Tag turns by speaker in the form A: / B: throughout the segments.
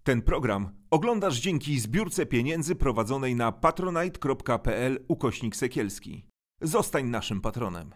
A: Ten program oglądasz dzięki zbiórce pieniędzy prowadzonej na patronite.pl/Sekielski. Zostań naszym patronem.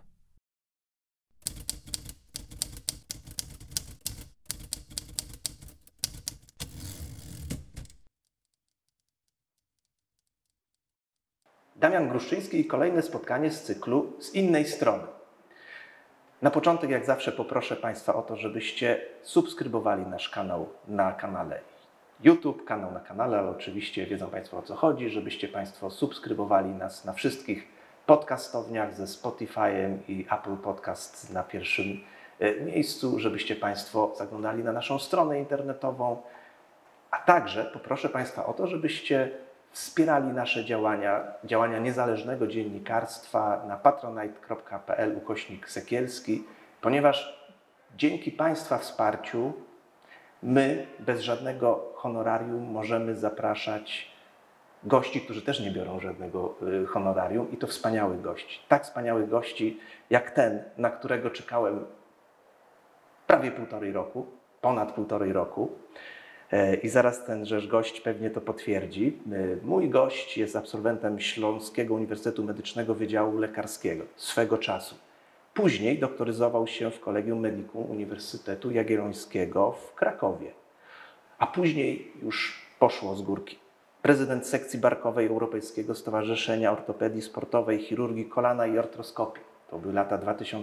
B: Damian Gruszczyński i kolejne spotkanie z cyklu Z innej strony. Na początek, jak zawsze, poproszę Państwa o to, żebyście subskrybowali nasz kanał na kanale YouTube, kanał na kanale, ale oczywiście wiedzą Państwo, o co chodzi, żebyście Państwo subskrybowali nas na wszystkich podcastowniach ze Spotify'em i Apple Podcast na pierwszym miejscu, żebyście Państwo zaglądali na naszą stronę internetową, a także poproszę Państwa o to, żebyście wspierali nasze działania niezależnego dziennikarstwa na patronite.pl/Sekielski, ponieważ dzięki Państwa wsparciu my bez żadnego honorarium możemy zapraszać gości, którzy też nie biorą żadnego honorarium, i to wspaniałych gości. Tak wspaniałych gości jak ten, na którego czekałem prawie ponad półtorej roku. I zaraz tenżeż gość pewnie to potwierdzi. Mój gość jest absolwentem Śląskiego Uniwersytetu Medycznego Wydziału Lekarskiego swego czasu. Później doktoryzował się w Collegium Medicum Uniwersytetu Jagiellońskiego w Krakowie. A później już poszło z górki. Prezydent sekcji barkowej Europejskiego Stowarzyszenia Ortopedii Sportowej, Chirurgii Kolana i Artroskopii. To były lata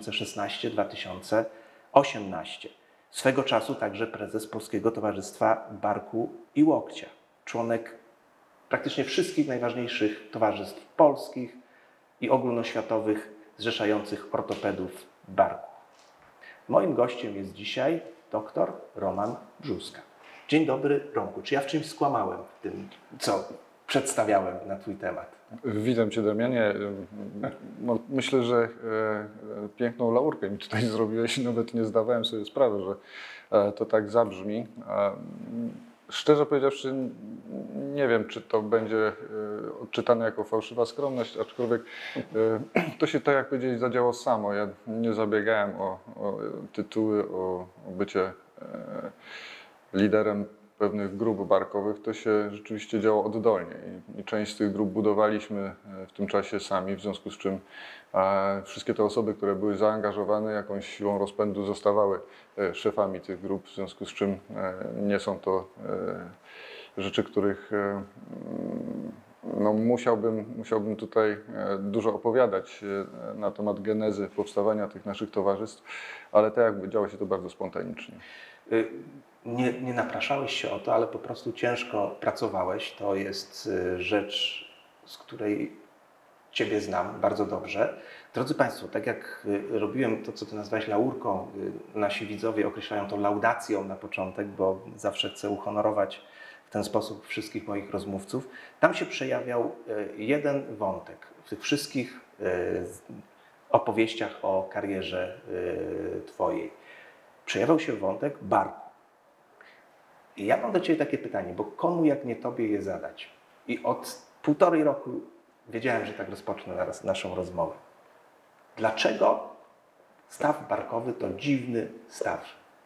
B: 2016-2018. Swego czasu także prezes Polskiego Towarzystwa Barku i Łokcia. Członek praktycznie wszystkich najważniejszych towarzystw polskich i ogólnoświatowych zrzeszających ortopedów barku. Moim gościem jest dzisiaj dr Roman Brzóska. Dzień dobry, Romku. Czy ja w czymś skłamałem w tym, co przedstawiałem na Twój temat?
C: Witam Cię, Damianie. Myślę, że piękną laurkę mi tutaj zrobiłeś. Nawet nie zdawałem sobie sprawy, że to tak zabrzmi. Szczerze powiedziawszy, nie wiem, czy to będzie odczytane jako fałszywa skromność, aczkolwiek to się, tak jak powiedziałeś, zadziało samo. Ja nie zabiegałem o tytuły, o bycie liderem pewnych grup barkowych. To się rzeczywiście działo oddolnie i część z tych grup budowaliśmy w tym czasie sami, w związku z czym wszystkie te osoby, które były zaangażowane jakąś siłą rozpędu, zostawały szefami tych grup, w związku z czym nie są to rzeczy, których no, musiałbym tutaj dużo opowiadać na temat genezy powstawania tych naszych towarzystw, ale tak jakby działo się to bardzo spontanicznie.
B: Nie napraszałeś się o to, ale po prostu ciężko pracowałeś. To jest rzecz, z której Ciebie znam bardzo dobrze. Drodzy Państwo, tak jak robiłem to, co Ty nazwałeś laurką, nasi widzowie określają to laudacją na początek, bo zawsze chcę uhonorować w ten sposób wszystkich moich rozmówców. Tam się przejawiał jeden wątek w tych wszystkich opowieściach o karierze Twojej. Przejawiał się wątek barku. I ja mam do Ciebie takie pytanie, bo komu jak nie Tobie je zadać? I od półtorej roku wiedziałem, że tak rozpocznę naszą rozmowę. Dlaczego staw barkowy to dziwny staw?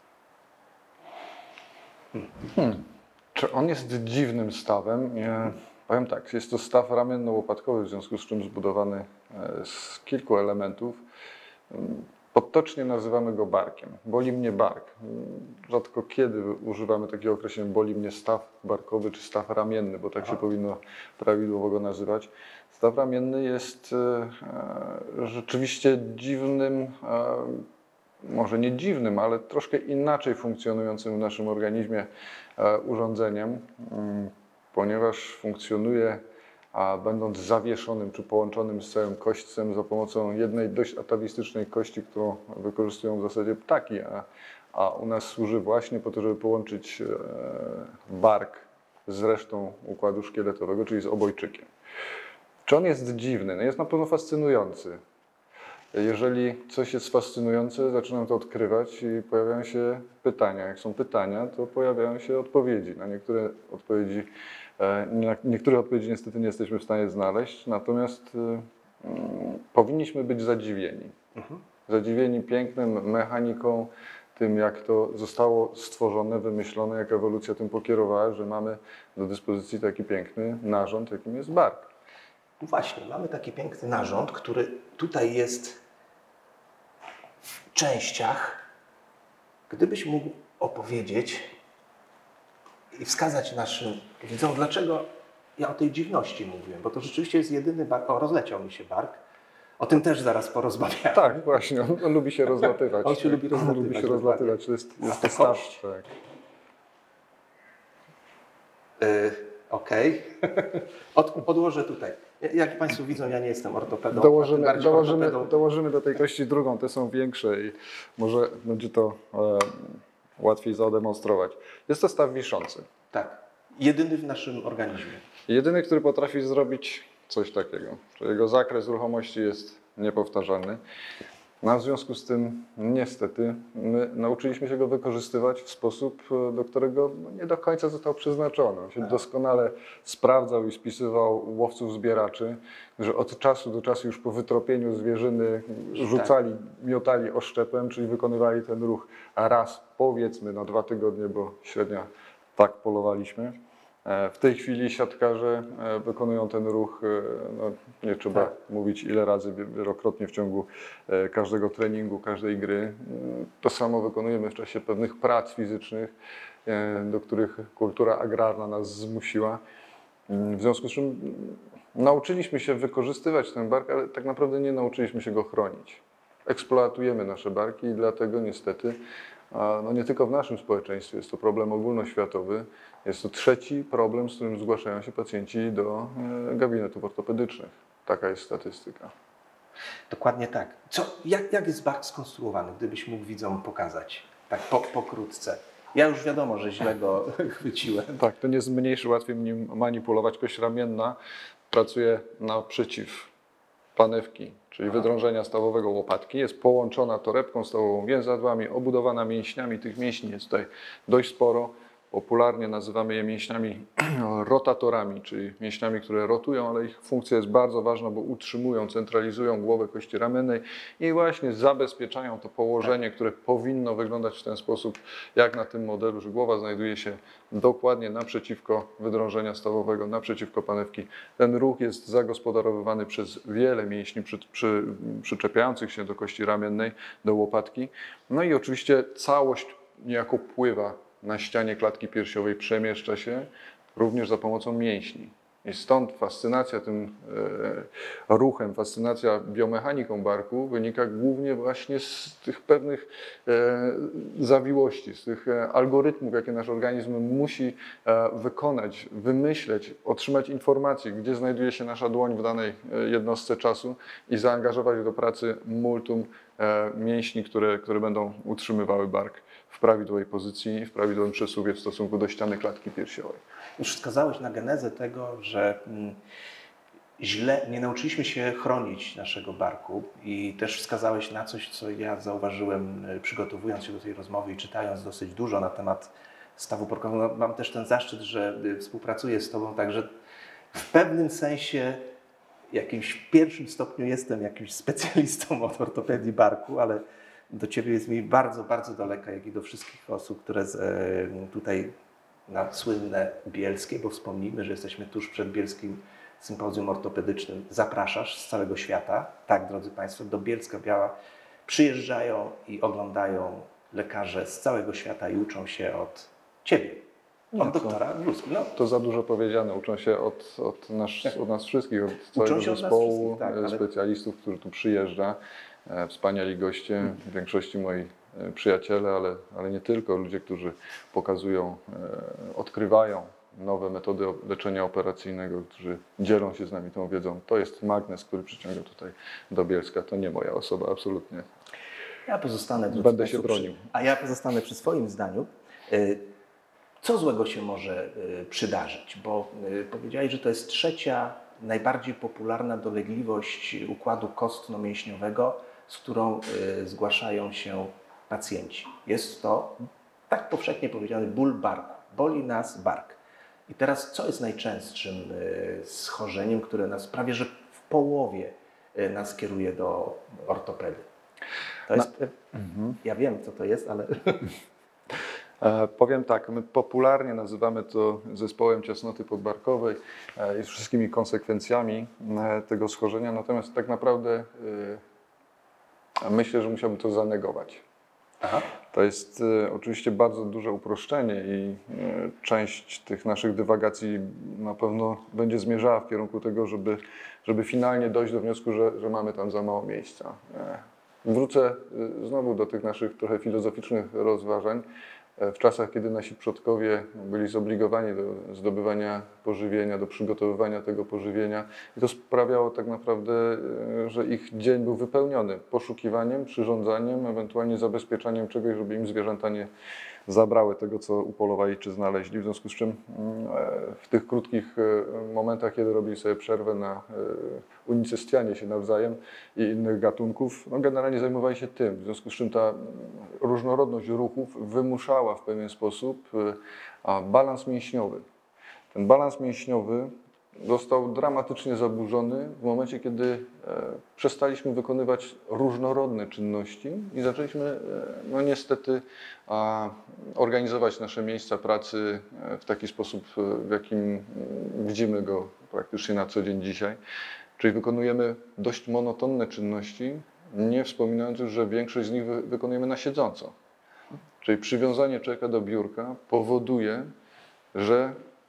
C: Czy on jest dziwnym stawem? Powiem tak, jest to staw ramienno-łopatkowy, w związku z czym zbudowany z kilku elementów. Potocznie nazywamy go barkiem. Boli mnie bark. Rzadko kiedy używamy takiego określenia boli mnie staw barkowy czy staw ramienny, bo tak się powinno prawidłowo go nazywać. Staw ramienny jest rzeczywiście dziwnym, może nie dziwnym, ale troszkę inaczej funkcjonującym w naszym organizmie urządzeniem, ponieważ funkcjonuje, a będąc zawieszonym czy połączonym z całym kośćcem za pomocą jednej dość atawistycznej kości, którą wykorzystują w zasadzie ptaki, a u nas służy właśnie po to, żeby połączyć bark z resztą układu szkieletowego, czyli z obojczykiem. Czy on jest dziwny? No jest na pewno fascynujący. Jeżeli coś jest fascynujące, zaczynam to odkrywać i pojawiają się pytania. Jak są pytania, to pojawiają się odpowiedzi. Na niektóre odpowiedzi niestety nie jesteśmy w stanie znaleźć, natomiast powinniśmy być zadziwieni. Zadziwieni pięknem, mechaniką tym, jak to zostało stworzone, wymyślone, jak ewolucja tym pokierowała, że mamy do dyspozycji taki piękny narząd, jakim jest bark.
B: No właśnie, mamy taki piękny narząd, który tutaj jest w częściach. Gdybyś mógł opowiedzieć i wskazać naszym widzom, dlaczego ja o tej dziwności mówiłem, bo to rzeczywiście jest jedyny bark. O, rozleciał mi się bark. O tym też zaraz porozmawiamy.
C: Tak, właśnie, on lubi się rozlatywać.
B: On się lubi rozlatywać,
C: Lubi się
B: dokładnie.
C: rozlatywać, to jest
B: A
C: to
B: te
C: staw.
B: kość?
C: Tak.
B: Okej. Podłożę tutaj. Jak Państwo widzą, ja nie jestem ortopedą. a tym bardziej ortopedą.
C: Dołożymy do tej kości drugą, te są większe i może będzie to łatwiej zademonstrować. Jest to staw wiszący.
B: Tak. Jedyny w naszym organizmie.
C: Jedyny, który potrafi zrobić coś takiego. Czyli jego zakres ruchomości jest niepowtarzalny. No, w związku z tym, niestety, my nauczyliśmy się go wykorzystywać w sposób, do którego nie do końca został przeznaczony. On się doskonale sprawdzał i spisywał łowców zbieraczy, że od czasu do czasu już po wytropieniu zwierzyny rzucali, miotali oszczepem, czyli wykonywali ten ruch raz, powiedzmy, na 2 tygodnie, bo średnio tak polowaliśmy. W tej chwili siatkarze wykonują ten ruch, no, nie trzeba mówić ile razy, wielokrotnie w ciągu każdego treningu, każdej gry. To samo wykonujemy w czasie pewnych prac fizycznych, do których kultura agrarna nas zmusiła. W związku z czym nauczyliśmy się wykorzystywać ten bark, ale tak naprawdę nie nauczyliśmy się go chronić. Eksploatujemy nasze barki i dlatego niestety, no nie tylko w naszym społeczeństwie, jest to problem ogólnoświatowy. Jest to trzeci problem, z którym zgłaszają się pacjenci do gabinetów ortopedycznych. Taka jest statystyka.
B: Dokładnie tak. Jak jest bark skonstruowany, gdybyś mógł widzom pokazać? Tak pokrótce. Ja już wiadomo, że źle go chwyciłem.
C: Tak, to nie zmniejszy, łatwiej nim manipulować. Kość ramienna pracuje naprzeciw panewki, czyli wydrążenia stawowego łopatki. Jest połączona torebką stawową więzadłami, obudowana mięśniami. Tych mięśni jest tutaj dość sporo. Popularnie nazywamy je mięśniami rotatorami, czyli mięśniami, które rotują, ale ich funkcja jest bardzo ważna, bo utrzymują, centralizują głowę kości ramiennej i właśnie zabezpieczają to położenie, które powinno wyglądać w ten sposób, jak na tym modelu, że głowa znajduje się dokładnie naprzeciwko wydrążenia stawowego, naprzeciwko panewki. Ten ruch jest zagospodarowywany przez wiele mięśni przyczepiających się do kości ramiennej, do łopatki. No i oczywiście całość niejako pływa na ścianie klatki piersiowej, przemieszcza się również za pomocą mięśni. I stąd fascynacja tym ruchem, fascynacja biomechaniką barku wynika głównie właśnie z tych pewnych zawiłości, z tych algorytmów, jakie nasz organizm musi wykonać, wymyśleć, otrzymać informacje, gdzie znajduje się nasza dłoń w danej jednostce czasu i zaangażować do pracy multum mięśni, które będą utrzymywały bark w prawidłowej pozycji, w prawidłowym przesuwie w stosunku do ściany klatki piersiowej.
B: Już wskazałeś na genezę tego, że nie nauczyliśmy się chronić naszego barku i też wskazałeś na coś, co ja zauważyłem, przygotowując się do tej rozmowy i czytając dosyć dużo na temat stawu barkowego. No, mam też ten zaszczyt, że współpracuję z Tobą, także w pewnym sensie, jakimś pierwszym stopniu jestem jakimś specjalistą od ortopedii barku, ale do Ciebie jest mi bardzo, bardzo daleka, jak i do wszystkich osób, które tutaj na słynne bielskie, bo wspomnijmy, że jesteśmy tuż przed bielskim sympozjum ortopedycznym, zapraszasz z całego świata. Tak, drodzy Państwo, do Bielska-Biała przyjeżdżają i oglądają lekarze z całego świata i uczą się od Ciebie, od doktora Brzózki. No,
C: To za dużo powiedziane. Uczą się od nas wszystkich, od całego
B: się od nas
C: zespołu
B: wszystkich, tak, ale-
C: specjalistów, który tu przyjeżdża. Wspaniali goście, w większości moi przyjaciele, ale nie tylko. Ludzie, którzy pokazują, odkrywają nowe metody leczenia operacyjnego, którzy dzielą się z nami tą wiedzą. To jest magnes, który przyciąga tutaj do Bielska. To nie moja osoba, absolutnie.
B: ja pozostanę, drodzy
C: Będę
B: Państwo,
C: się bronił.
B: A ja pozostanę przy swoim zdaniu. Co złego się może przydarzyć? Bo powiedziałeś, że to jest trzecia najbardziej popularna dolegliwość układu kostno-mięśniowego, z którą zgłaszają się pacjenci. Jest to, tak powszechnie powiedziany, ból barku. Boli nas bark. I teraz, co jest najczęstszym schorzeniem, które nas prawie że w połowie nas kieruje do ortopedy? To jest, ja wiem, co to jest, ale
C: Powiem tak, my popularnie nazywamy to zespołem ciasnoty podbarkowej i z wszystkimi konsekwencjami tego schorzenia, natomiast tak naprawdę myślę, że musiałbym to zanegować.
B: aha.
C: To jest oczywiście bardzo duże uproszczenie i część tych naszych dywagacji na pewno będzie zmierzała w kierunku tego, żeby finalnie dojść do wniosku, że mamy tam za mało miejsca. Wrócę znowu do tych naszych trochę filozoficznych rozważań. W czasach, kiedy nasi przodkowie byli zobligowani do zdobywania pożywienia, do przygotowywania tego pożywienia, i to sprawiało tak naprawdę, że ich dzień był wypełniony poszukiwaniem, przyrządzaniem, ewentualnie zabezpieczaniem czegoś, żeby im zwierzęta nie zabrały tego, co upolowali czy znaleźli. W związku z czym w tych krótkich momentach, kiedy robili sobie przerwę na unicestwianie się nawzajem i innych gatunków, no generalnie zajmowali się tym. W związku z czym ta różnorodność ruchów wymuszała w pewien sposób balans mięśniowy. Ten balans mięśniowy został dramatycznie zaburzony w momencie, kiedy przestaliśmy wykonywać różnorodne czynności i zaczęliśmy no niestety organizować nasze miejsca pracy w taki sposób, w jakim widzimy go praktycznie na co dzień dzisiaj. Czyli wykonujemy dość monotonne czynności, nie wspominając już, że większość z nich wykonujemy na siedząco. Czyli przywiązanie człowieka do biurka powoduje, że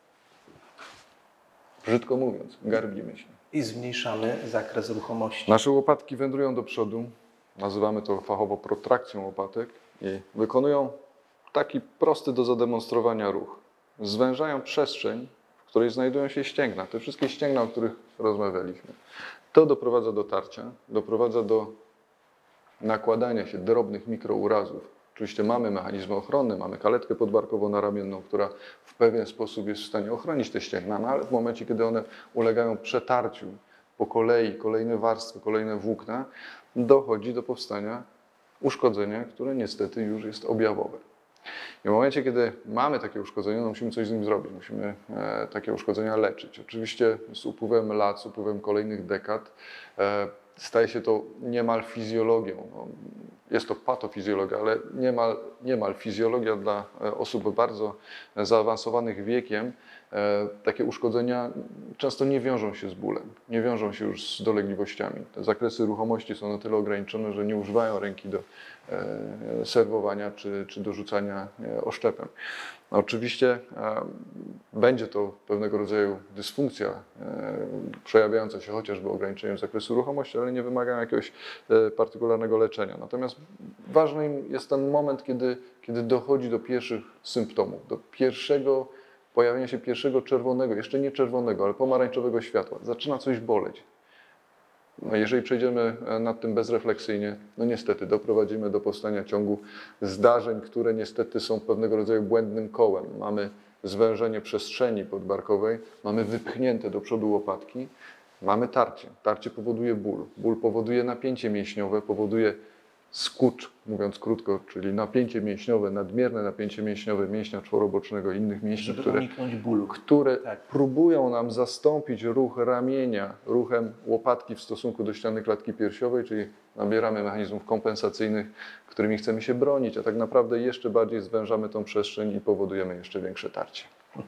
C: brzydko mówiąc, garbimy się.
B: I zmniejszamy zakres ruchomości.
C: Nasze łopatki wędrują do przodu, nazywamy to fachowo protrakcją łopatek i wykonują taki prosty do zademonstrowania ruch. Zwężają przestrzeń, w której znajdują się ścięgna, te wszystkie ścięgna, o których rozmawialiśmy. To doprowadza do tarcia, doprowadza do nakładania się drobnych mikrourazów. Oczywiście mamy mechanizmy ochronne, mamy kaletkę podbarkową naramienną, która w pewien sposób jest w stanie ochronić te ścięgna, no ale w momencie, kiedy one ulegają przetarciu po kolei, kolejne warstwy, kolejne włókna, dochodzi do powstania uszkodzenia, które niestety już jest objawowe. I w momencie, kiedy mamy takie uszkodzenie, no musimy coś z nim zrobić, musimy takie uszkodzenia leczyć. Oczywiście z upływem lat, z upływem kolejnych dekad staje się to niemal fizjologią. No, jest to patofizjologia, ale niemal fizjologia dla osób bardzo zaawansowanych wiekiem. Takie uszkodzenia często nie wiążą się z bólem, nie wiążą się już z dolegliwościami. Te zakresy ruchomości są na tyle ograniczone, że nie używają ręki do serwowania czy do rzucania oszczepem. No, oczywiście będzie to pewnego rodzaju dysfunkcja przejawiająca się chociażby ograniczeniem zakresu ruchomości, ale nie wymaga jakiegoś partykularnego leczenia. Natomiast ważny jest ten moment, kiedy dochodzi do pierwszych symptomów, do pojawienia się pierwszego czerwonego, jeszcze nie czerwonego, ale pomarańczowego światła. Zaczyna coś boleć. No jeżeli przejdziemy nad tym bezrefleksyjnie, no niestety doprowadzimy do powstania ciągu zdarzeń, które niestety są pewnego rodzaju błędnym kołem. Mamy zwężenie przestrzeni podbarkowej, mamy wypchnięte do przodu łopatki, mamy tarcie. Tarcie powoduje ból. Ból powoduje napięcie mięśniowe, powoduje skurcz, mówiąc krótko, czyli napięcie mięśniowe, nadmierne napięcie mięśniowe mięśnia czworobocznego i innych mięśni,
B: Żeby uniknąć bólu.
C: które
B: Tak.
C: próbują nam zastąpić ruch ramienia ruchem łopatki w stosunku do ściany klatki piersiowej, czyli nabieramy mechanizmów kompensacyjnych, którymi chcemy się bronić, a tak naprawdę jeszcze bardziej zwężamy tą przestrzeń i powodujemy jeszcze większe tarcie.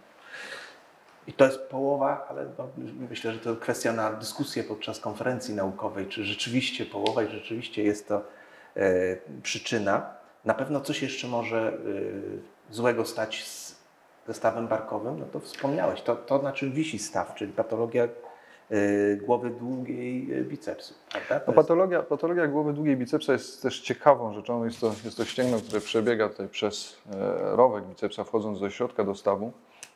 B: I to jest połowa, ale no, myślę, że to kwestia na dyskusję podczas konferencji naukowej, czy rzeczywiście połowa i rzeczywiście jest to przyczyna. Na pewno coś jeszcze może złego stać ze stawem barkowym, no to wspomniałeś, to na czym wisi staw, czyli patologia głowy długiej bicepsu, prawda?
C: No, patologia głowy długiej bicepsa jest też ciekawą rzeczą. Jest to ścięgno, które przebiega tutaj przez rowek bicepsa, wchodząc do środka, do stawu.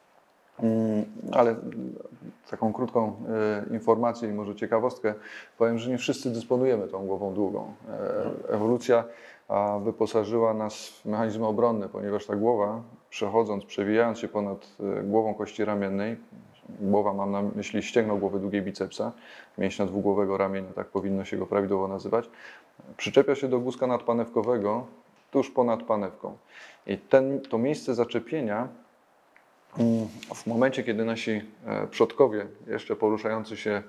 C: Ale taką krótką informację i może ciekawostkę powiem, że nie wszyscy dysponujemy tą głową długą. Ewolucja wyposażyła nas w mechanizmy obronne, ponieważ ta głowa, przewijając się ponad głową kości ramiennej, głowa, mam na myśli ścięgno głowy długiej bicepsa, mięśnia dwugłowego ramienia, tak powinno się go prawidłowo nazywać, przyczepia się do guzka nadpanewkowego tuż ponad panewką. I to miejsce zaczepienia w momencie, kiedy nasi przodkowie, jeszcze poruszający się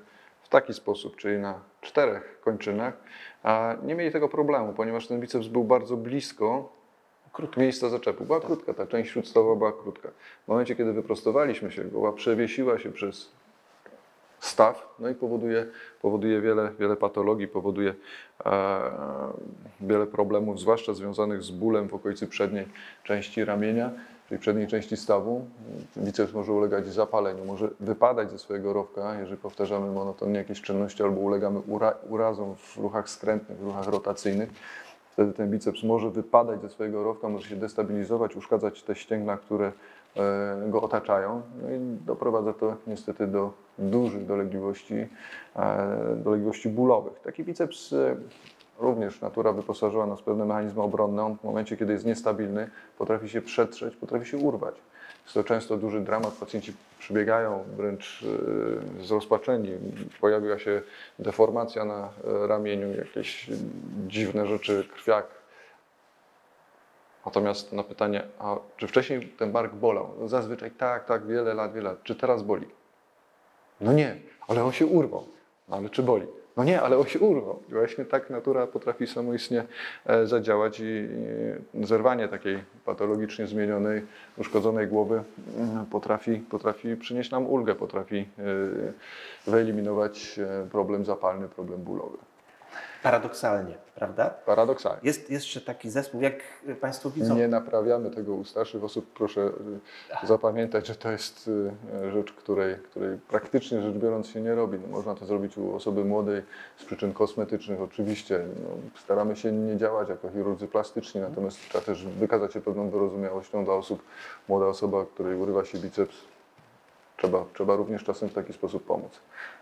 C: w taki sposób, czyli na 4 kończynach, a nie mieli tego problemu, ponieważ ten biceps był bardzo blisko miejsca zaczepu. Była krótka, ta część śródstawowa była krótka. W momencie, kiedy wyprostowaliśmy się, głowa przewiesiła się przez staw, no i powoduje wiele patologii, powoduje wiele problemów, zwłaszcza związanych z bólem w okolicy przedniej części ramienia, czyli przedniej części stawu. Biceps może ulegać zapaleniu, może wypadać ze swojego rowka, jeżeli powtarzamy monotonnie jakieś czynności albo ulegamy urazom w ruchach skrętnych, w ruchach rotacyjnych. Wtedy ten biceps może wypadać ze swojego rowka, może się destabilizować, uszkadzać te ścięgna, które go otaczają. No i doprowadza to niestety do dużych dolegliwości bólowych. Taki biceps również natura wyposażyła nas w pewne mechanizmy obronne. On w momencie, kiedy jest niestabilny, potrafi się przetrzeć, potrafi się urwać. Jest to często duży dramat. Pacjenci przybiegają wręcz zrozpaczeni. Pojawiła się deformacja na ramieniu, jakieś dziwne rzeczy, krwiak. Natomiast na pytanie, a czy wcześniej ten bark bolał? No zazwyczaj tak, wiele lat. Czy teraz boli? No nie, ale on się urwał. No ale czy boli? No nie, ale on się urwał. I właśnie tak natura potrafi samoistnie zadziałać i zerwanie takiej patologicznie zmienionej, uszkodzonej głowy potrafi przynieść nam ulgę, potrafi wyeliminować problem zapalny, problem bólowy.
B: Paradoksalnie, prawda?
C: Paradoksalnie.
B: Jest jeszcze taki zespół, jak Państwo widzą.
C: Nie naprawiamy tego u starszych osób. Proszę zapamiętać, że to jest rzecz, której praktycznie rzecz biorąc się nie robi. No, można to zrobić u osoby młodej z przyczyn kosmetycznych oczywiście. No, staramy się nie działać jako chirurdzy plastyczni, natomiast trzeba też wykazać się pewną wyrozumiałością dla osób. Młoda osoba, której urywa się biceps, trzeba również czasem w taki sposób pomóc.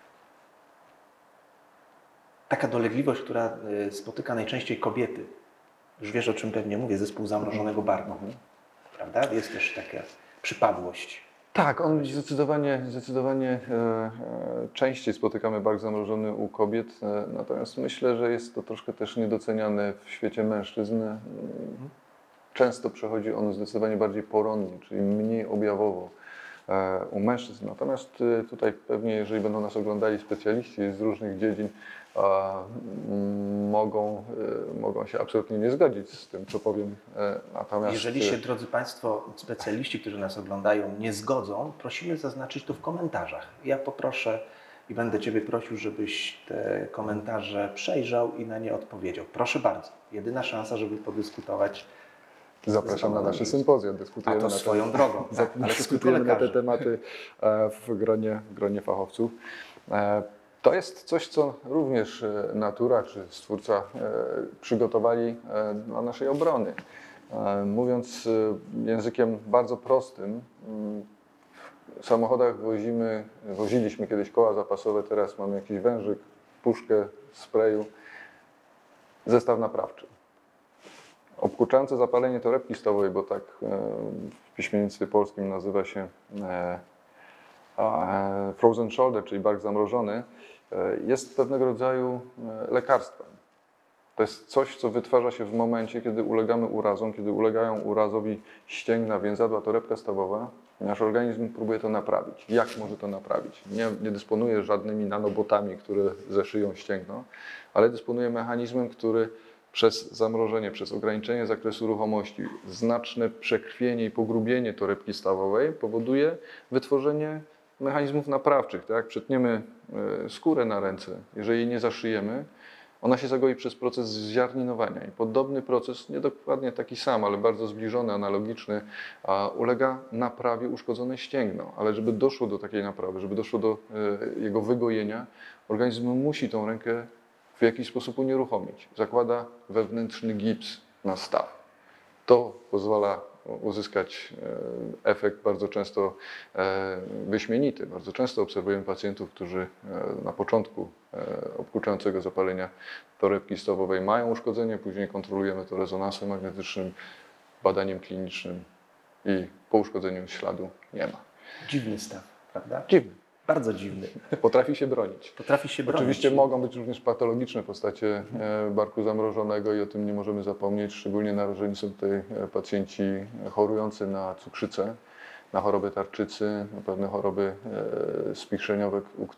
B: Taka dolegliwość, która spotyka najczęściej kobiety. Już wiesz, o czym pewnie mówię, zespół zamrożonego barku. Prawda? Jest też taka przypadłość.
C: Tak, on zdecydowanie częściej spotykamy bark zamrożony u kobiet, natomiast myślę, że jest to troszkę też niedoceniane w świecie mężczyzn. Często przechodzi on zdecydowanie bardziej poronnie, czyli mniej objawowo u mężczyzn. Natomiast tutaj pewnie, jeżeli będą nas oglądali specjaliści z różnych dziedzin, mogą się absolutnie nie zgodzić z tym, co powiem. Natomiast
B: jeżeli się, drodzy Państwo, specjaliści, którzy nas oglądają, nie zgodzą, prosimy zaznaczyć to w komentarzach. Ja poproszę i będę Ciebie prosił, żebyś te komentarze przejrzał i na nie odpowiedział. Proszę bardzo, jedyna szansa, żeby podyskutować.
C: Zapraszam na nasze sympozje.
B: A to swoją drogą, tak, ale
C: dyskutujemy na te
B: lekarze.
C: tematy w gronie fachowców. To jest coś, co również natura czy Stwórca przygotowali dla naszej obrony. Mówiąc językiem bardzo prostym, w samochodach woziliśmy kiedyś koła zapasowe, teraz mamy jakiś wężyk, puszkę sprayu, zestaw naprawczy. Obkuczające zapalenie torebki stawowej, bo tak w piśmiennictwie polskim nazywa się frozen shoulder, czyli bark zamrożony, jest pewnego rodzaju lekarstwem. To jest coś, co wytwarza się w momencie, kiedy ulegamy urazom, kiedy ulegają urazowi ścięgna, więzadła, torebka stawowa. Nasz organizm próbuje to naprawić. Jak może to naprawić? Nie dysponuje żadnymi nanobotami, które zeszyją ścięgno, ale dysponuje mechanizmem, który przez zamrożenie, przez ograniczenie zakresu ruchomości, znaczne przekrwienie i pogrubienie torebki stawowej powoduje wytworzenie mechanizmów naprawczych. Tak? Jak przetniemy skórę na ręce, jeżeli jej nie zaszyjemy, ona się zagoi przez proces zziarninowania. I podobny proces, nie dokładnie taki sam, ale bardzo zbliżony, analogiczny, ulega naprawie uszkodzone ścięgno. Ale żeby doszło do takiej naprawy, żeby doszło do jego wygojenia, organizm musi tą rękę w jakiś sposób unieruchomić. Zakłada wewnętrzny gips na staw. To pozwala uzyskać efekt bardzo często wyśmienity. Bardzo często obserwujemy pacjentów, którzy na początku obkuczającego zapalenia torebki stawowej mają uszkodzenie, później kontrolujemy to rezonansem magnetycznym, badaniem klinicznym i po uszkodzeniu śladu nie ma.
B: Dziwny staw, prawda?
C: Dziwny.
B: Bardzo dziwny.
C: Potrafi się bronić.
B: Potrafi się bronić.
C: Oczywiście mogą być również patologiczne postacie barku zamrożonego i o tym nie możemy zapomnieć. Szczególnie narażeni są tutaj pacjenci chorujący na cukrzycę, na chorobę tarczycy, na pewne choroby spichrzeniowe, u których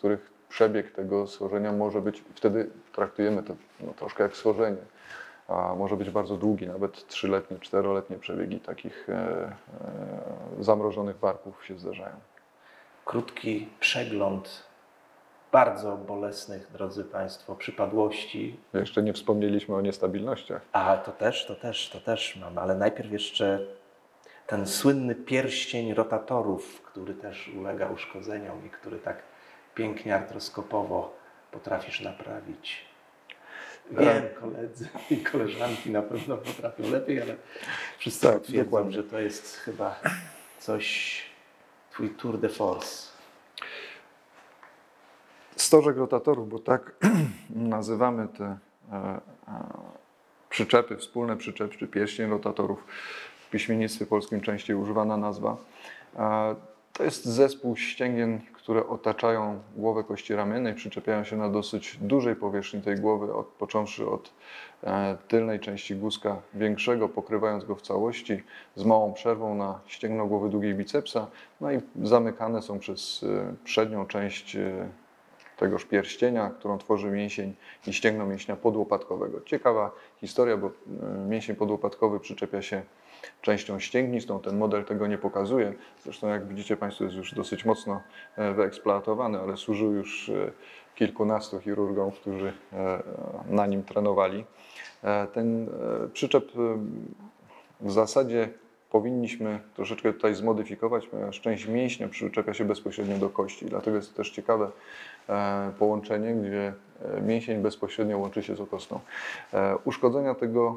C: przebieg tego schorzenia może być, wtedy traktujemy to troszkę jak schorzenie, a może być bardzo długi, nawet 3-letnie, 4-letnie przebiegi takich zamrożonych barków się zdarzają.
B: Krótki przegląd bardzo bolesnych, drodzy Państwo, przypadłości.
C: Jeszcze nie wspomnieliśmy o niestabilnościach.
B: A to też mam, ale najpierw jeszcze ten słynny pierścień rotatorów, który też ulega uszkodzeniom i który tak pięknie artroskopowo potrafisz naprawić. Wiem, koledzy i koleżanki na pewno potrafią lepiej, ale wszyscy
C: Tak,
B: potwierdzą,
C: dokładnie.
B: że to jest chyba coś, twój tour de force.
C: Stożek rotatorów, bo tak nazywamy te przyczepy, wspólne przyczepy, czy pierścień rotatorów, w piśmiennictwie polskim częściej używana nazwa. To jest zespół ścięgien, które otaczają głowę kości ramiennej, przyczepiają się na dosyć dużej powierzchni tej głowy, począwszy od tylnej części guzka większego, pokrywając go w całości, z małą przerwą na ścięgno głowy długiej bicepsa, no i zamykane są przez przednią część tegoż pierścienia, którą tworzy mięsień i ścięgno mięśnia podłopatkowego. Ciekawa historia, bo mięsień podłopatkowy przyczepia się częścią ścięgnistą. Ten model tego nie pokazuje. Zresztą jak widzicie Państwo jest już dosyć mocno wyeksploatowany, ale służył już kilkunastu chirurgom, którzy na nim trenowali. Ten przyczep w zasadzie powinniśmy troszeczkę tutaj zmodyfikować, ponieważ część mięśnia przyczepia się bezpośrednio do kości. Dlatego jest to też ciekawe połączenie, gdzie mięsień bezpośrednio łączy się z okostą. Uszkodzenia tego,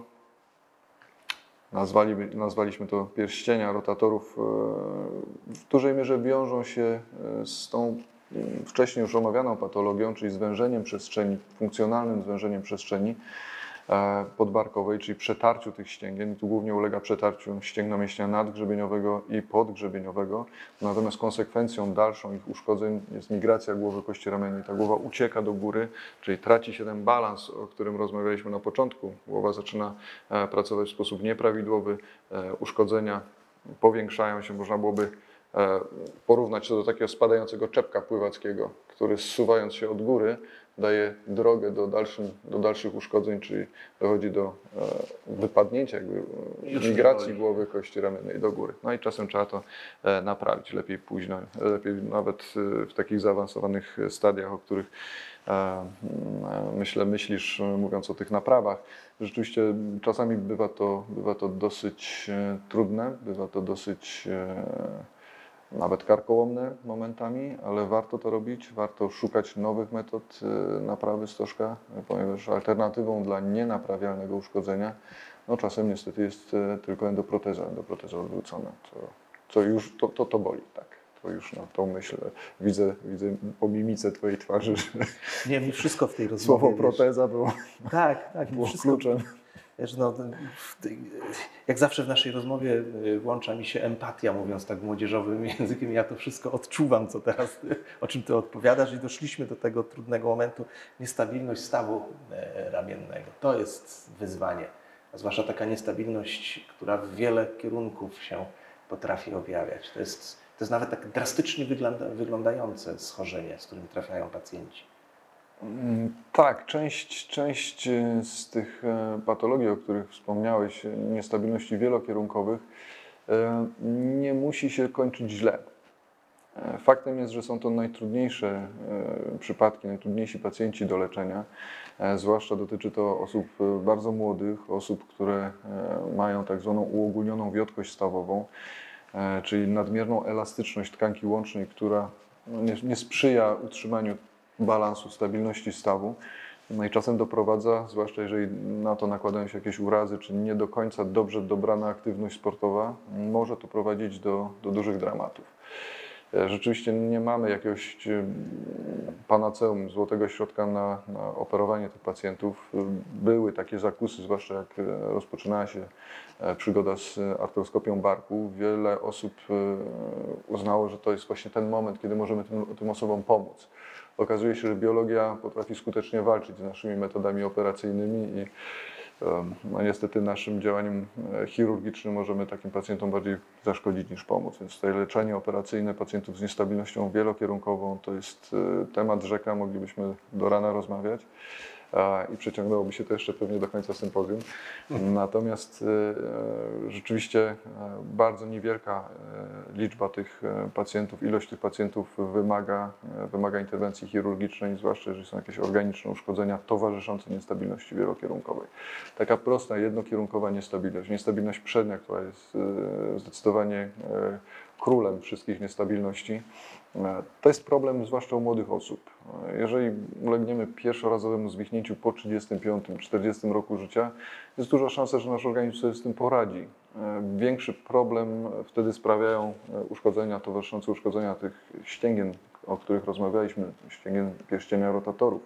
C: nazwaliśmy to pierścienia rotatorów, w dużej mierze wiążą się z tą wcześniej już omawianą patologią, czyli zwężeniem przestrzeni, funkcjonalnym zwężeniem przestrzeni podbarkowej, czyli przetarciu tych ścięgien. I tu głównie ulega przetarciu ścięgna mięśnia nadgrzebieniowego i podgrzebieniowego. Natomiast konsekwencją dalszą ich uszkodzeń jest migracja głowy kości ramiennej. Ta głowa ucieka do góry, czyli traci się ten balans, o którym rozmawialiśmy na początku. Głowa zaczyna pracować w sposób nieprawidłowy, uszkodzenia powiększają się, można byłoby porównać to do takiego spadającego czepka pływackiego, który zsuwając się od góry daje drogę do dalszych uszkodzeń, czyli dochodzi do wypadnięcia, migracji głowy kości ramiennej do góry. No i czasem trzeba to naprawić, lepiej późno, lepiej nawet w takich zaawansowanych stadiach, o których myślisz, mówiąc o tych naprawach. Rzeczywiście czasami bywa to dosyć trudne, bywa to dosyć nawet karkołomne momentami, ale warto to robić, warto szukać nowych metod naprawy stożka, ponieważ alternatywą dla nienaprawialnego uszkodzenia czasem niestety jest tylko endoproteza odwrócona, co już to boli, tak. To już na tą myśl widzę po mimice Twojej twarzy, że
B: Nie, mi wszystko w tej rozmowie.
C: słowo proteza było
B: było wszystko
C: kluczem.
B: Wiesz, jak zawsze w naszej rozmowie włącza mi się empatia, mówiąc tak młodzieżowym językiem. Ja to wszystko odczuwam, co teraz, o czym Ty odpowiadasz i doszliśmy do tego trudnego momentu. Niestabilność stawu ramiennego. To jest wyzwanie. A zwłaszcza taka niestabilność, która w wiele kierunków się potrafi objawiać. To jest nawet tak drastycznie wyglądające schorzenie, z którym trafiają pacjenci.
C: Tak, część z tych patologii, o których wspomniałeś, niestabilności wielokierunkowych, nie musi się kończyć źle. Faktem jest, że są to najtrudniejsze przypadki, najtrudniejsi pacjenci do leczenia. Zwłaszcza dotyczy to osób bardzo młodych, osób, które mają tak zwaną uogólnioną wiotkość stawową, czyli nadmierną elastyczność tkanki łącznej, która nie sprzyja utrzymaniu balansu, stabilności stawu. No i czasem doprowadza, zwłaszcza jeżeli na to nakładają się jakieś urazy, czy nie do końca dobrze dobrana aktywność sportowa, może to prowadzić do dużych dramatów. Rzeczywiście nie mamy jakiegoś panaceum, złotego środka na operowanie tych pacjentów. Były takie zakusy, zwłaszcza jak rozpoczynała się przygoda z artroskopią barku. Wiele osób uznało, że to jest właśnie ten moment, kiedy możemy tym osobom pomóc. Okazuje się, że biologia potrafi skutecznie walczyć z naszymi metodami operacyjnymi i No niestety naszym działaniem chirurgicznym możemy takim pacjentom bardziej zaszkodzić niż pomóc, więc tutaj leczenie operacyjne pacjentów z niestabilnością wielokierunkową to jest temat rzeka, moglibyśmy do rana rozmawiać i przeciągnęłoby się to jeszcze pewnie do końca sympozjum. Natomiast rzeczywiście bardzo niewielka liczba tych pacjentów, ilość tych pacjentów wymaga interwencji chirurgicznej, zwłaszcza jeżeli są jakieś organiczne uszkodzenia towarzyszące niestabilności wielokierunkowej. Taka prosta, jednokierunkowa niestabilność, niestabilność przednia, która jest zdecydowanie królem wszystkich niestabilności. To jest problem zwłaszcza u młodych osób. Jeżeli ulegniemy pierwszorazowemu zwichnięciu po 35-40 roku życia, jest duża szansa, że nasz organizm sobie z tym poradzi. Większy problem wtedy sprawiają uszkodzenia towarzyszące uszkodzenia tych ścięgien, o których rozmawialiśmy, ścięgien pierścienia rotatorów.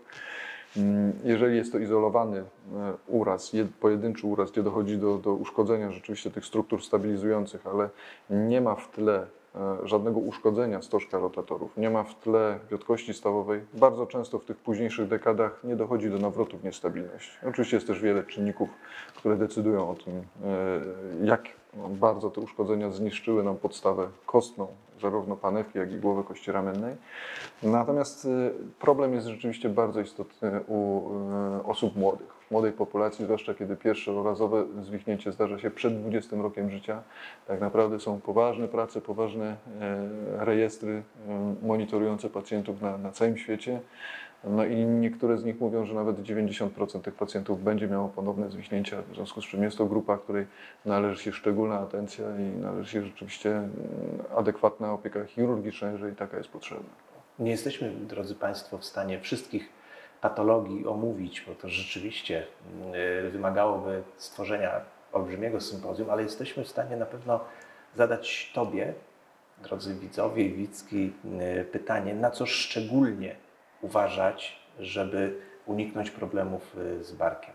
C: Jeżeli jest to izolowany uraz, pojedynczy uraz, gdzie dochodzi do uszkodzenia rzeczywiście tych struktur stabilizujących, ale nie ma w tle żadnego uszkodzenia stożka rotatorów, nie ma w tle wiotkości stawowej, bardzo często w tych późniejszych dekadach nie dochodzi do nawrotu w niestabilność. Oczywiście jest też wiele czynników, które decydują o tym, jak bardzo te uszkodzenia zniszczyły nam podstawę kostną, zarówno panewki, jak i głowy kości ramiennej. Natomiast problem jest rzeczywiście bardzo istotny u osób młodych, w młodej populacji, zwłaszcza kiedy pierwszorazowe zwichnięcie zdarza się przed 20 rokiem życia. Tak naprawdę są poważne prace, poważne rejestry monitorujące pacjentów na całym świecie. No i niektóre z nich mówią, że nawet 90% tych pacjentów będzie miało ponowne zwichnięcia, w związku z czym jest to grupa, której należy się szczególna atencja i należy się rzeczywiście adekwatna opieka chirurgiczna, jeżeli taka jest potrzebna.
B: Nie jesteśmy, drodzy Państwo, w stanie wszystkich patologii omówić, bo to rzeczywiście wymagałoby stworzenia olbrzymiego sympozjum, ale jesteśmy w stanie na pewno zadać Tobie, drodzy widzowie i widzki, pytanie, na co szczególnie uważać, żeby uniknąć problemów z barkiem.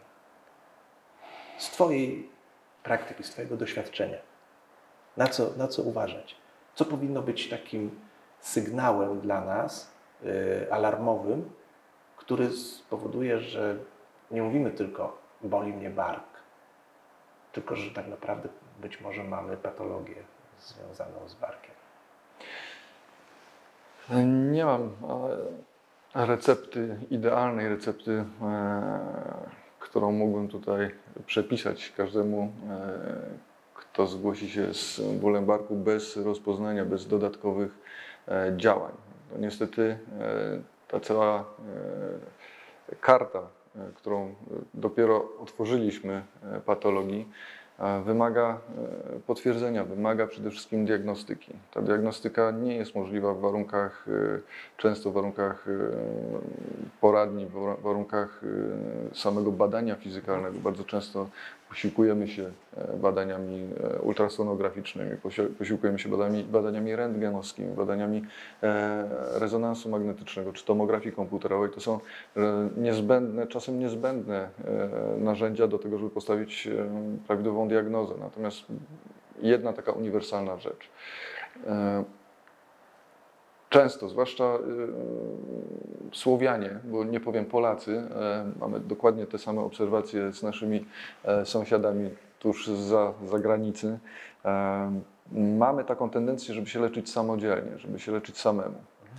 B: Z Twojej praktyki, z Twojego doświadczenia, na co uważać? Co powinno być takim sygnałem dla nas, alarmowym, który spowoduje, że nie mówimy tylko boli mnie bark, tylko że tak naprawdę być może mamy patologię związaną z barkiem.
C: Nie mam recepty, idealnej recepty, którą mógłbym tutaj przepisać każdemu, kto zgłosi się z bólem barku bez rozpoznania, bez dodatkowych działań. No niestety ta cała karta, którą dopiero otworzyliśmy patologii, wymaga potwierdzenia, wymaga przede wszystkim diagnostyki. Ta diagnostyka nie jest możliwa w warunkach, często w warunkach poradni, w warunkach samego badania fizykalnego. Bardzo często posiłkujemy się badaniami ultrasonograficznymi, posiłkujemy się badaniami rentgenowskimi, badaniami rezonansu magnetycznego czy tomografii komputerowej. To są niezbędne, czasem niezbędne narzędzia do tego, żeby postawić prawidłową diagnozę. Natomiast jedna taka uniwersalna rzecz. Często, zwłaszcza Słowianie, bo nie powiem Polacy, mamy dokładnie te same obserwacje z naszymi sąsiadami tuż za granicy. Mamy taką tendencję, żeby się leczyć samodzielnie, żeby się leczyć samemu.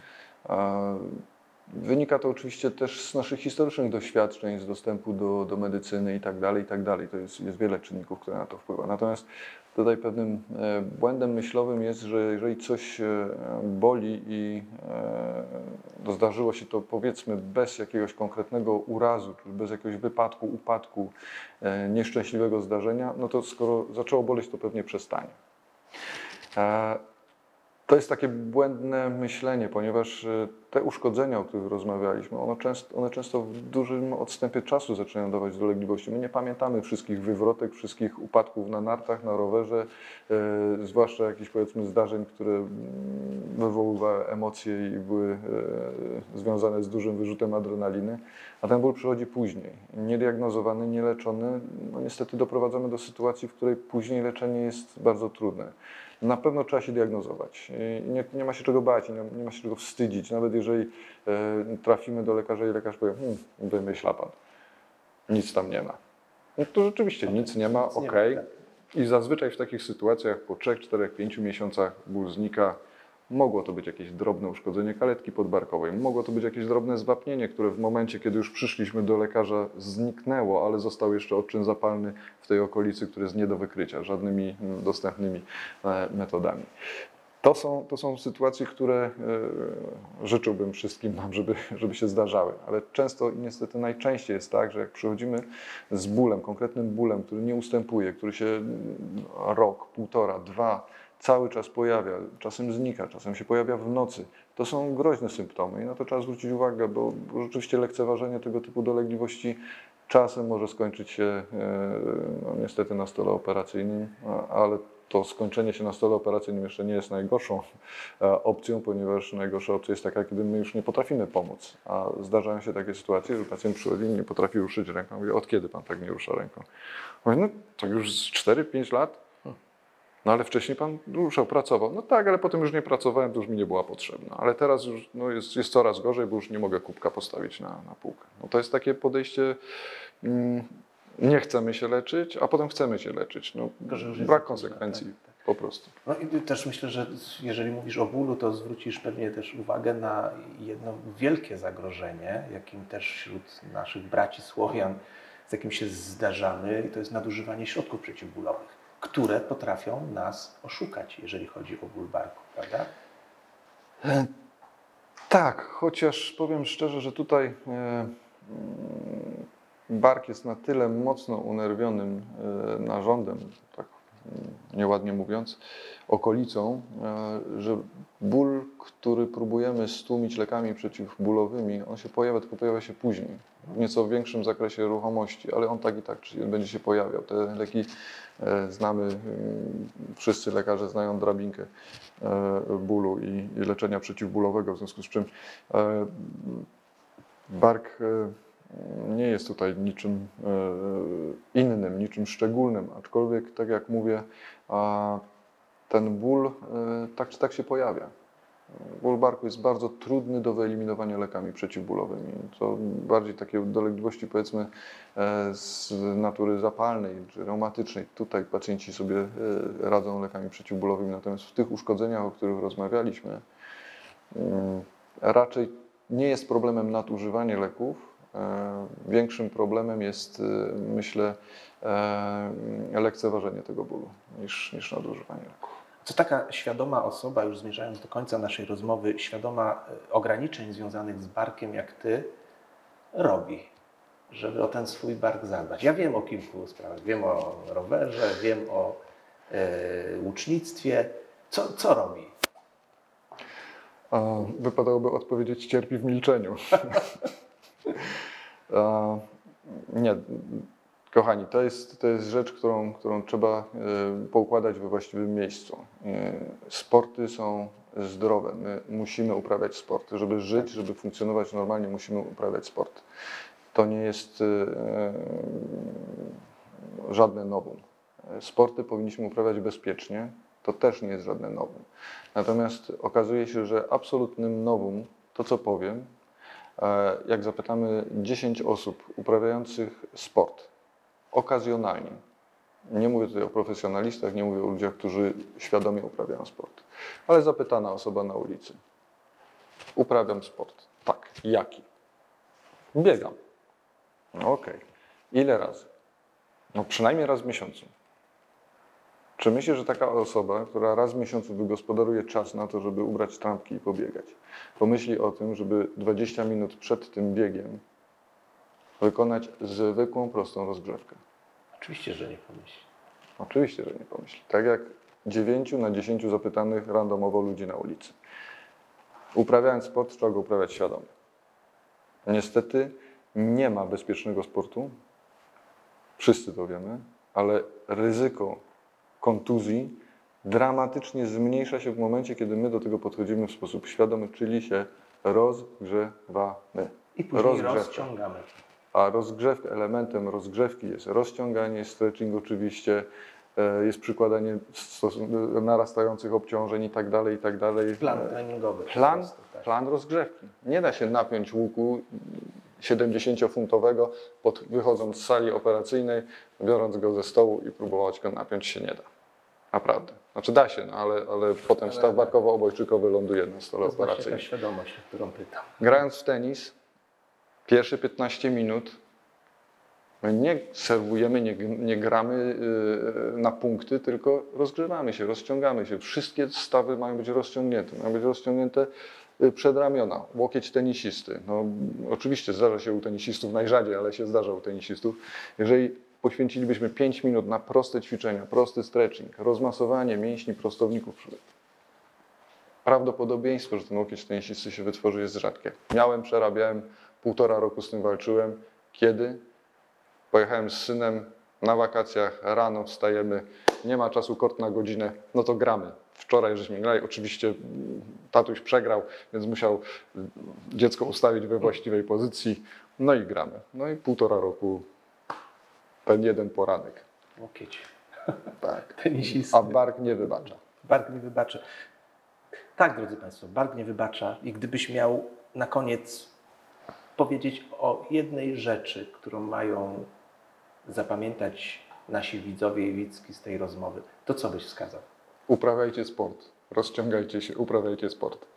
C: Wynika to oczywiście też z naszych historycznych doświadczeń, z dostępu do medycyny i tak dalej. To jest wiele czynników, które na to wpływa. Natomiast tutaj pewnym błędem myślowym jest, że jeżeli coś boli i zdarzyło się to powiedzmy bez jakiegoś konkretnego urazu, czy bez jakiegoś wypadku, upadku, nieszczęśliwego zdarzenia, no to skoro zaczęło boleć, to pewnie przestanie. To jest takie błędne myślenie, ponieważ te uszkodzenia, o których rozmawialiśmy, one często w dużym odstępie czasu zaczynają dawać dolegliwości. My nie pamiętamy wszystkich wywrotek, wszystkich upadków na nartach, na rowerze, zwłaszcza jakichś powiedzmy zdarzeń, które wywoływały emocje i były związane z dużym wyrzutem adrenaliny, a ten ból przychodzi później. Niediagnozowany, nieleczony, no niestety doprowadzamy do sytuacji, w której później leczenie jest bardzo trudne. Na pewno trzeba się diagnozować. Nie ma się czego bać, nie ma się czego wstydzić. Nawet jeżeli trafimy do lekarza i lekarz powie, wymyśla pan, nic tam nie ma. no to rzeczywiście nic nie ma,
B: Nic nie
C: ok.
B: ma, tak.
C: I zazwyczaj w takich sytuacjach po 3, 4, 5 miesiącach ból znika. Mogło to być jakieś drobne uszkodzenie kaletki podbarkowej, mogło to być jakieś drobne zwapnienie, które w momencie, kiedy już przyszliśmy do lekarza, zniknęło, ale został jeszcze odczyn zapalny w tej okolicy, który jest nie do wykrycia żadnymi dostępnymi metodami. To są sytuacje, które życzyłbym wszystkim nam, żeby się zdarzały, ale często i niestety najczęściej jest tak, że jak przychodzimy z bólem, konkretnym bólem, który nie ustępuje, który się rok, półtora, 2 cały czas pojawia, czasem znika, czasem się pojawia w nocy, to są groźne symptomy i na to trzeba zwrócić uwagę, bo rzeczywiście lekceważenie tego typu dolegliwości czasem może skończyć się no, niestety na stole operacyjnym, ale to skończenie się na stole operacyjnym jeszcze nie jest najgorszą opcją, ponieważ najgorsza opcja jest taka, kiedy my już nie potrafimy pomóc. A zdarzają się takie sytuacje, że pacjent przychodzi i nie potrafi ruszyć ręką. Mówię, od kiedy pan tak nie rusza ręką? Mówię, no to już z 4-5 lat. No ale wcześniej pan ruszał, pracował. No tak, ale potem już nie pracowałem, to już mi nie była potrzebna. Ale teraz już no jest coraz gorzej, bo już nie mogę kubka postawić na półkę. No to jest takie podejście, nie chcemy się leczyć, a potem chcemy się leczyć. No,
B: Tylko, że już jest
C: brak
B: za późno,
C: konsekwencji
B: tak.
C: po prostu.
B: No i też myślę, że jeżeli mówisz o bólu, to zwrócisz pewnie też uwagę na jedno wielkie zagrożenie, jakim też wśród naszych braci Słowian, z jakim się zdarzamy, i to jest nadużywanie środków przeciwbólowych, które potrafią nas oszukać, jeżeli chodzi o ból barku, prawda?
C: Tak, chociaż powiem szczerze, że tutaj bark jest na tyle mocno unerwionym narządem, tak nieładnie mówiąc, okolicą, że ból, który próbujemy stłumić lekami przeciwbólowymi, on się pojawia, tylko pojawia się później, w nieco większym zakresie ruchomości, ale on tak i tak będzie się pojawiał. Te leki znamy, wszyscy lekarze znają drabinkę bólu i leczenia przeciwbólowego, w związku z czym bark nie jest tutaj niczym innym, niczym szczególnym, aczkolwiek, tak jak mówię, ten ból tak czy tak się pojawia. Ból barku jest bardzo trudny do wyeliminowania lekami przeciwbólowymi. To bardziej takie dolegliwości, powiedzmy, z natury zapalnej czy reumatycznej. Tutaj pacjenci sobie radzą lekami przeciwbólowymi, natomiast w tych uszkodzeniach, o których rozmawialiśmy, raczej nie jest problemem nadużywanie leków. Większym problemem jest, myślę, lekceważenie tego bólu niż nadużywanie leków.
B: Co taka świadoma osoba, już zmierzając do końca naszej rozmowy, świadoma ograniczeń związanych z barkiem jak ty, robi, żeby o ten swój bark zadbać? Ja wiem o kilku sprawach. Wiem o rowerze, wiem o łucznictwie. Co robi?
C: Wypadałoby odpowiedzieć: cierpi w milczeniu. Nie, kochani, to jest rzecz, którą trzeba poukładać we właściwym miejscu. Sporty są zdrowe. My musimy uprawiać sport. Żeby żyć, żeby funkcjonować normalnie, musimy uprawiać sport. To nie jest żadne novum. Sporty powinniśmy uprawiać bezpiecznie. To też nie jest żadne novum. Natomiast okazuje się, że absolutnym novum, to co powiem, jak zapytamy 10 osób uprawiających sport okazjonalnie, nie mówię tutaj o profesjonalistach, nie mówię o ludziach, którzy świadomie uprawiają sport, ale zapytana osoba na ulicy: uprawiam sport. Tak. Jaki? Biegam. No okej. Ile razy? No przynajmniej raz w miesiącu. Czy myślisz, że taka osoba, która raz w miesiącu wygospodaruje czas na to, żeby ubrać trampki i pobiegać, pomyśli o tym, żeby 20 minut przed tym biegiem wykonać zwykłą, prostą rozgrzewkę?
B: Oczywiście, że nie pomyśli.
C: Oczywiście, że nie pomyśli. Tak jak 9 na 10 zapytanych randomowo ludzi na ulicy. Uprawiając sport, trzeba go uprawiać świadomie. Niestety nie ma bezpiecznego sportu, wszyscy to wiemy, ale ryzyko kontuzji dramatycznie zmniejsza się w momencie, kiedy my do tego podchodzimy w sposób świadomy, czyli się rozgrzewamy.
B: I później rozciągamy.
C: A elementem rozgrzewki jest rozciąganie, stretching oczywiście, jest przykładanie narastających obciążeń i tak dalej, i tak dalej.
B: Plan treningowy.
C: Plan rozgrzewki. Nie da się napiąć łuku 70-funtowego, wychodząc z sali operacyjnej, biorąc go ze stołu i próbować go napiąć się nie da. Naprawdę. Znaczy da się, no ale potem staw barkowo-obojczykowy ląduje na stole
B: To jest właśnie ta
C: operacyjnym.
B: świadomość, o którą pytam.
C: Grając w tenis, pierwsze 15 minut my nie serwujemy, nie gramy na punkty, tylko rozgrzewamy się, rozciągamy się. Wszystkie stawy mają być rozciągnięte przed ramiona, łokieć tenisisty. No, oczywiście zdarza się u tenisistów najrzadziej, ale się zdarza u tenisistów. Jeżeli poświęcilibyśmy 5 minut na proste ćwiczenia, prosty stretching, rozmasowanie mięśni prostowników, prawdopodobieństwo, że ten łokieć tenisisty się wytworzy, jest rzadkie. Przerabiałem, 1,5 roku z tym walczyłem. Kiedy? Pojechałem z synem na wakacjach, rano wstajemy, nie ma czasu, kort na godzinę, no to gramy. Wczoraj żeśmy grali, oczywiście tatuś przegrał, więc musiał dziecko ustawić we właściwej pozycji, no i gramy. No i 1,5 roku, ten jeden poranek.
B: Łokieć.
C: Tak.
B: Tenisisty.
C: A bark nie wybacza.
B: Bark nie wybacza. Tak, drodzy Państwo, bark nie wybacza i gdybyś miał na koniec powiedzieć o jednej rzeczy, którą mają zapamiętać nasi widzowie i widzki z tej rozmowy, to co byś wskazał?
C: Uprawiajcie sport, rozciągajcie się, uprawiajcie sport.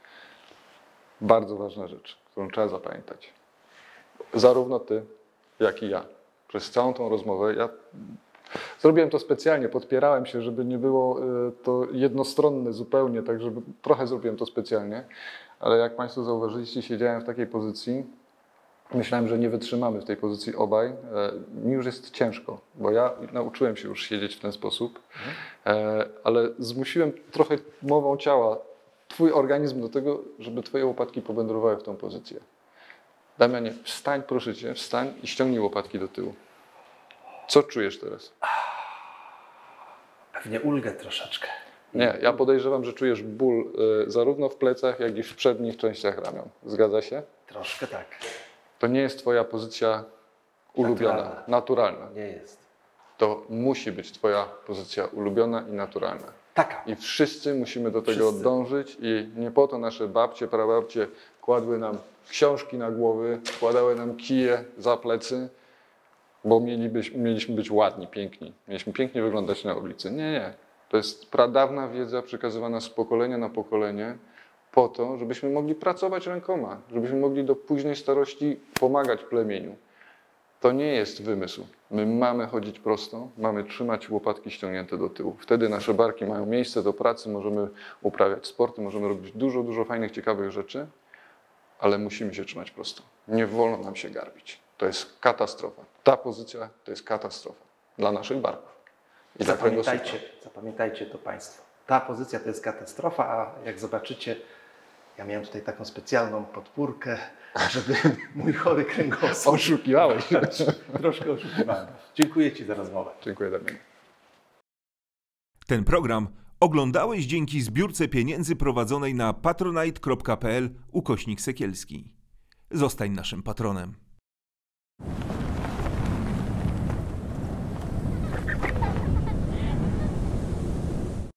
C: Bardzo ważna rzecz, którą trzeba zapamiętać. Zarówno ty, jak i ja. Przez całą tą rozmowę ja zrobiłem to specjalnie, podpierałem się, żeby nie było to jednostronne zupełnie, tak żeby trochę zrobiłem to specjalnie, ale jak Państwo zauważyliście, siedziałem w takiej pozycji, myślałem, że nie wytrzymamy w tej pozycji obaj. Mi już jest ciężko, bo ja nauczyłem się już siedzieć w ten sposób, ale zmusiłem trochę mową ciała twój organizm do tego, żeby twoje łopatki powędrowały w tą pozycję. Damianie, wstań, proszę cię, wstań i ściągnij łopatki do tyłu. Co czujesz teraz?
B: Pewnie ulgę troszeczkę.
C: Nie, ja podejrzewam, że czujesz ból zarówno w plecach, jak i w przednich częściach ramion. Zgadza się?
B: Troszkę tak.
C: To nie jest twoja pozycja ulubiona, naturalna.
B: Nie jest.
C: To musi być twoja pozycja ulubiona i naturalna.
B: Taka.
C: I wszyscy musimy do tego
B: Wszyscy.
C: dążyć i nie po to nasze babcie, prababcie kładły nam książki na głowy, kładały nam kije za plecy, bo mieliśmy być ładni, piękni. Mieliśmy pięknie wyglądać na ulicy. Nie, nie. To jest pradawna wiedza przekazywana z pokolenia na pokolenie po to, żebyśmy mogli pracować rękoma, żebyśmy mogli do późnej starości pomagać plemieniu. To nie jest wymysł. My mamy chodzić prosto, mamy trzymać łopatki ściągnięte do tyłu. Wtedy nasze barki mają miejsce do pracy, możemy uprawiać sporty, możemy robić dużo, dużo fajnych, ciekawych rzeczy, ale musimy się trzymać prosto. Nie wolno nam się garbić. To jest katastrofa. Ta pozycja to jest katastrofa dla naszych barków. I dla kręgosłupa.
B: Zapamiętajcie to Państwo. Ta pozycja to jest katastrofa, a jak zobaczycie, ja miałem tutaj taką specjalną podpórkę, żeby mój chory kręgosłup...
C: Oszukiwałeś.
B: Troszkę oszukiwałem. Dziękuję Ci za rozmowę.
C: Dziękuję, Damian.
A: Ten program oglądałeś dzięki zbiórce pieniędzy prowadzonej na patronite.pl/Sekielski. Zostań naszym patronem.